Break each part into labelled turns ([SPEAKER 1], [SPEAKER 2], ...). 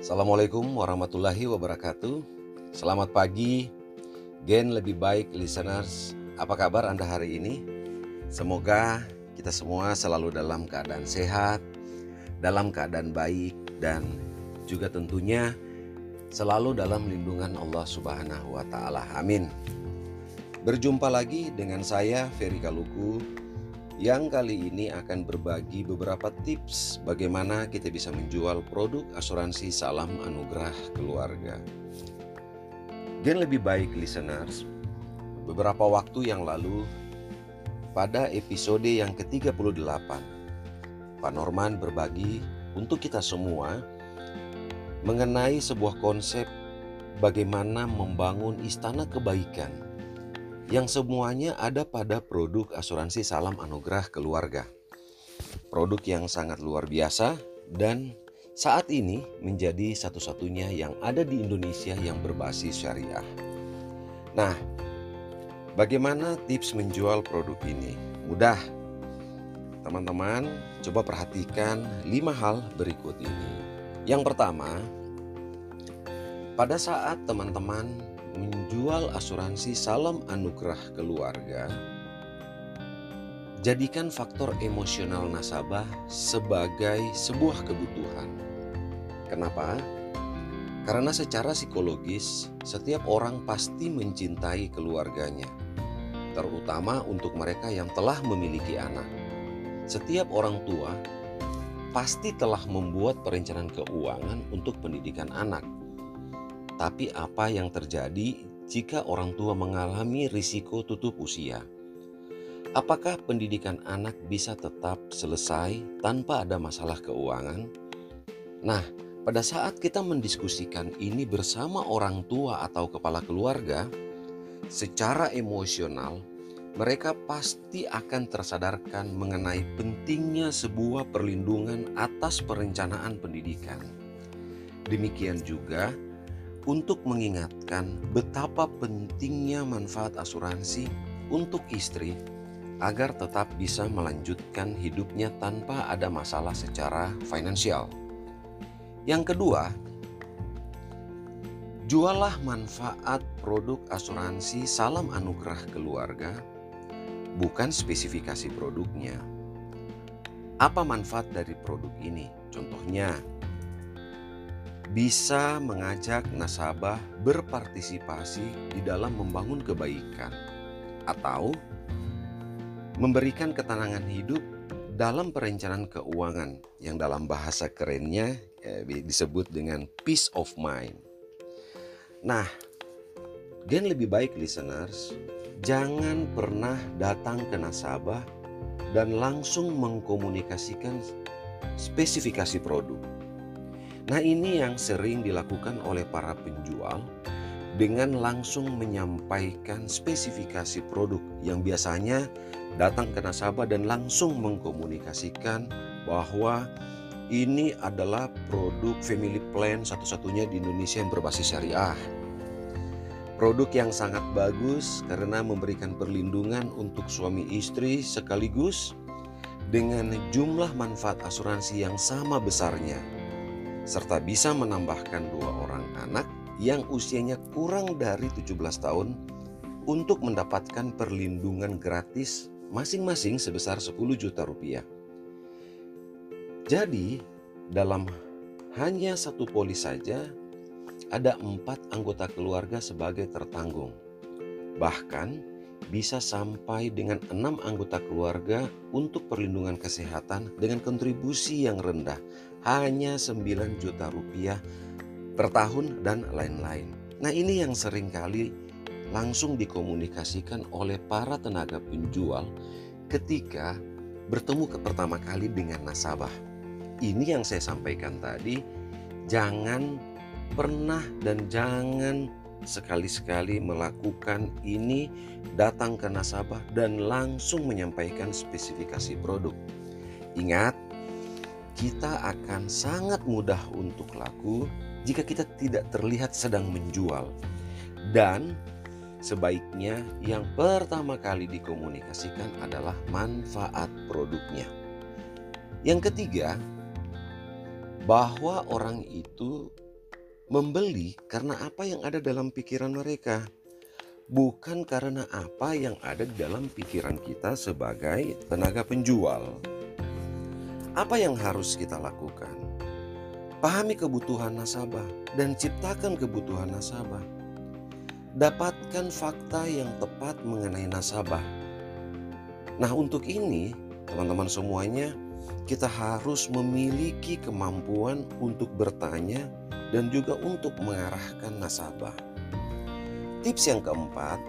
[SPEAKER 1] Assalamualaikum warahmatullahi wabarakatuh. Selamat pagi, Gen Lebih Baik listeners. Apa kabar Anda hari ini? Semoga kita semua selalu dalam keadaan sehat, dalam keadaan baik, dan juga tentunya selalu dalam lindungan Allah Subhanahu wa Ta'ala. Amin. Berjumpa lagi dengan saya, Ferry Kaluku, yang kali ini akan berbagi beberapa tips bagaimana kita bisa menjual produk asuransi Salam Anugerah Keluarga. Gen Lebih Baik listeners, beberapa waktu yang lalu pada episode yang ke-38, Pak Norman berbagi untuk kita semua mengenai sebuah konsep bagaimana membangun istana kebaikan yang semuanya ada pada produk asuransi Salam Anugerah Keluarga. Produk yang sangat luar biasa dan saat ini menjadi satu-satunya yang ada di Indonesia yang berbasis syariah. Nah, bagaimana tips menjual produk ini? Mudah. Teman-teman, coba perhatikan 5 hal berikut ini. Yang pertama, pada saat teman-teman menjual asuransi Salam Anugerah Keluarga, jadikan faktor emosional nasabah sebagai sebuah kebutuhan. Kenapa? Karena secara psikologis, setiap orang pasti mencintai keluarganya, terutama untuk mereka yang telah memiliki anak. Setiap orang tua pasti telah membuat perencanaan keuangan untuk pendidikan anak. Tapi apa yang terjadi jika orang tua mengalami risiko tutup usia? Apakah pendidikan anak bisa tetap selesai tanpa ada masalah keuangan? Nah, pada saat kita mendiskusikan ini bersama orang tua atau kepala keluarga, secara emosional mereka pasti akan tersadarkan mengenai pentingnya sebuah perlindungan atas perencanaan pendidikan. Demikian juga untuk mengingatkan betapa pentingnya manfaat asuransi untuk istri agar tetap bisa melanjutkan hidupnya tanpa ada masalah secara finansial. Yang kedua, jualah manfaat produk asuransi Salam Anugerah Keluarga, bukan spesifikasi produknya. Apa manfaat dari produk ini? Contohnya, bisa mengajak nasabah berpartisipasi di dalam membangun kebaikan atau memberikan ketenangan hidup dalam perencanaan keuangan yang dalam bahasa kerennya disebut dengan peace of mind. Nah, Gen Lebih Baik listeners, jangan pernah datang ke nasabah dan langsung mengkomunikasikan spesifikasi produk. Nah, ini yang sering dilakukan oleh para penjual dengan langsung menyampaikan spesifikasi produk yang biasanya datang ke nasabah dan langsung mengkomunikasikan bahwa ini adalah produk family plan satu-satunya di Indonesia yang berbasis syariah. Produk yang sangat bagus karena memberikan perlindungan untuk suami istri sekaligus dengan jumlah manfaat asuransi yang sama besarnya, serta bisa menambahkan 2 orang anak yang usianya kurang dari 17 tahun untuk mendapatkan perlindungan gratis masing-masing sebesar 10 juta rupiah. Jadi, dalam hanya satu polis saja, ada 4 anggota keluarga sebagai tertanggung. Bahkan, bisa sampai dengan 6 anggota keluarga untuk perlindungan kesehatan dengan kontribusi yang rendah, hanya 9 juta rupiah per tahun dan lain-lain. Nah, ini yang seringkali langsung dikomunikasikan oleh para tenaga penjual ketika bertemu pertama kali dengan nasabah. Ini yang saya sampaikan tadi, jangan pernah dan jangan sekali-sekali melakukan ini, datang ke nasabah dan langsung menyampaikan spesifikasi produk. Ingat, kita akan sangat mudah untuk laku jika kita tidak terlihat sedang menjual. Dan sebaiknya yang pertama kali dikomunikasikan adalah manfaat produknya. Yang ketiga, bahwa orang itu Membeli karena apa yang ada dalam pikiran mereka, bukan karena apa yang ada di dalam pikiran kita sebagai tenaga penjual. Apa yang harus kita lakukan? Pahami kebutuhan nasabah dan ciptakan kebutuhan nasabah. Dapatkan fakta yang tepat mengenai nasabah. Nah, untuk ini, teman-teman semuanya, kita harus memiliki kemampuan untuk bertanya dan juga untuk mengarahkan nasabah. Tips yang keempat,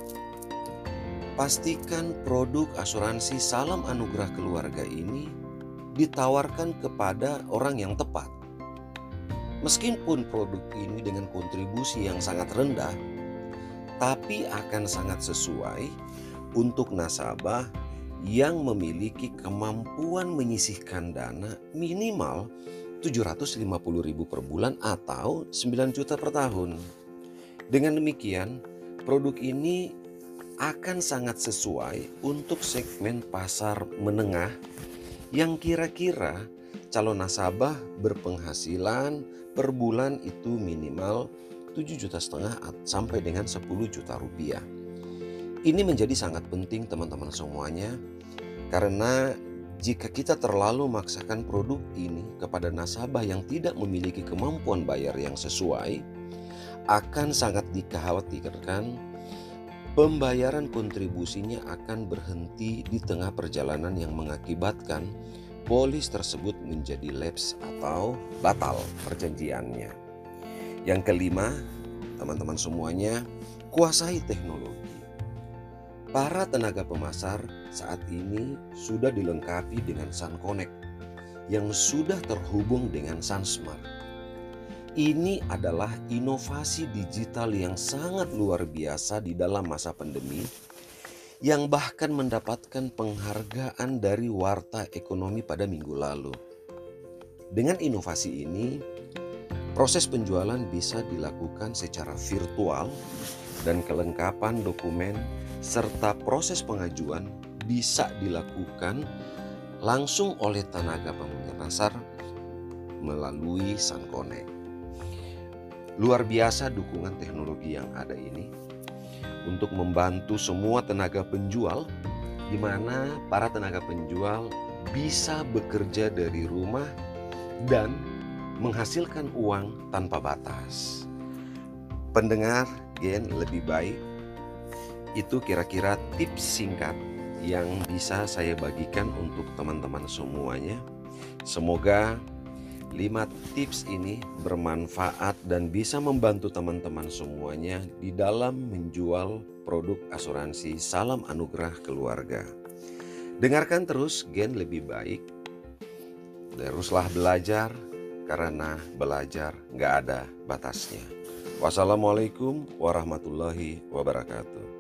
[SPEAKER 1] pastikan produk asuransi Salam Anugerah Keluarga ini ditawarkan kepada orang yang tepat. Meskipun produk ini dengan kontribusi yang sangat rendah, tapi akan sangat sesuai untuk nasabah yang memiliki kemampuan menyisihkan dana minimal 750.000 per bulan atau 9 juta per tahun. Dengan demikian, produk ini akan sangat sesuai untuk segmen pasar menengah yang kira-kira calon nasabah berpenghasilan per bulan itu minimal 7,5 juta sampai dengan 10 juta rupiah. Ini menjadi sangat penting teman-teman semuanya, karena jika kita terlalu memaksakan produk ini kepada nasabah yang tidak memiliki kemampuan bayar yang sesuai, akan sangat dikhawatirkan pembayaran kontribusinya akan berhenti di tengah perjalanan yang mengakibatkan polis tersebut menjadi lapse atau batal perjanjiannya. Yang kelima, teman-teman semuanya, kuasai teknologi. Para tenaga pemasar saat ini sudah dilengkapi dengan Sun Connect yang sudah terhubung dengan SunSmart. Ini adalah inovasi digital yang sangat luar biasa di dalam masa pandemi, yang bahkan mendapatkan penghargaan dari Warta Ekonomi pada minggu lalu. Dengan inovasi ini, proses penjualan bisa dilakukan secara virtual dan kelengkapan dokumen serta proses pengajuan bisa dilakukan langsung oleh tenaga pemasar melalui Sun Connect. Luar biasa dukungan teknologi yang ada ini untuk membantu semua tenaga penjual, di mana para tenaga penjual bisa bekerja dari rumah dan menghasilkan uang tanpa batas. Pendengar Gen Lebih Baik, itu kira-kira tips singkat yang bisa saya bagikan untuk teman-teman semuanya. Semoga 5 tips ini bermanfaat dan bisa membantu teman-teman semuanya di dalam menjual produk asuransi Salam Anugerah Keluarga. Dengarkan terus Gen Lebih Baik. Teruslah belajar, karena belajar gak ada batasnya. Wassalamualaikum warahmatullahi wabarakatuh.